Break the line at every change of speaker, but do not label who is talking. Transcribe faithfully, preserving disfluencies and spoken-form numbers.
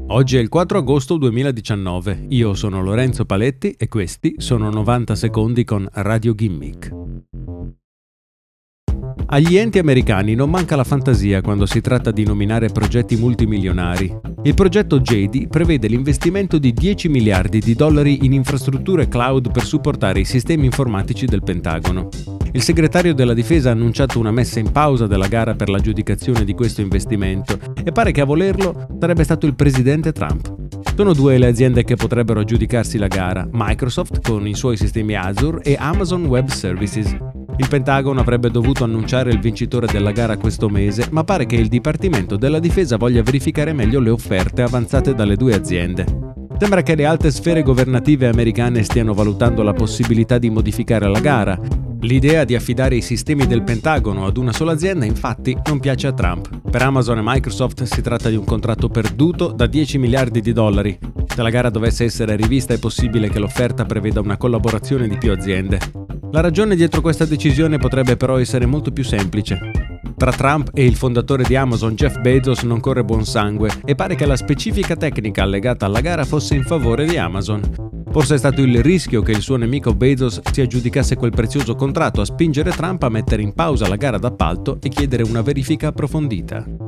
Oggi è il quattro agosto duemiladiciannove, io sono Lorenzo Paletti e questi sono novanta secondi con Radio Gimmick. Agli enti americani non manca la fantasia quando si tratta di nominare progetti multimilionari. Il progetto J D prevede l'investimento di dieci miliardi di dollari in infrastrutture cloud per supportare i sistemi informatici del Pentagono. Il segretario della Difesa ha annunciato una messa in pausa della gara per l'aggiudicazione di questo investimento e pare che a volerlo sarebbe stato il presidente Trump. Sono due le aziende che potrebbero aggiudicarsi la gara: Microsoft con i suoi sistemi Azure e Amazon Web Services. Il Pentagono avrebbe dovuto annunciare il vincitore della gara questo mese, ma pare che il Dipartimento della Difesa voglia verificare meglio le offerte avanzate dalle due aziende. Sembra che le alte sfere governative americane stiano valutando la possibilità di modificare la gara. L'idea di affidare i sistemi del Pentagono ad una sola azienda, infatti, non piace a Trump. Per Amazon e Microsoft si tratta di un contratto perduto da dieci miliardi di dollari. Se la gara dovesse essere rivista è possibile che l'offerta preveda una collaborazione di più aziende. La ragione dietro questa decisione potrebbe però essere molto più semplice. Tra Trump e il fondatore di Amazon, Jeff Bezos, non corre buon sangue e pare che la specifica tecnica allegata alla gara fosse in favore di Amazon. Forse è stato il rischio che il suo nemico Bezos si aggiudicasse quel prezioso contratto a spingere Trump a mettere in pausa la gara d'appalto e chiedere una verifica approfondita.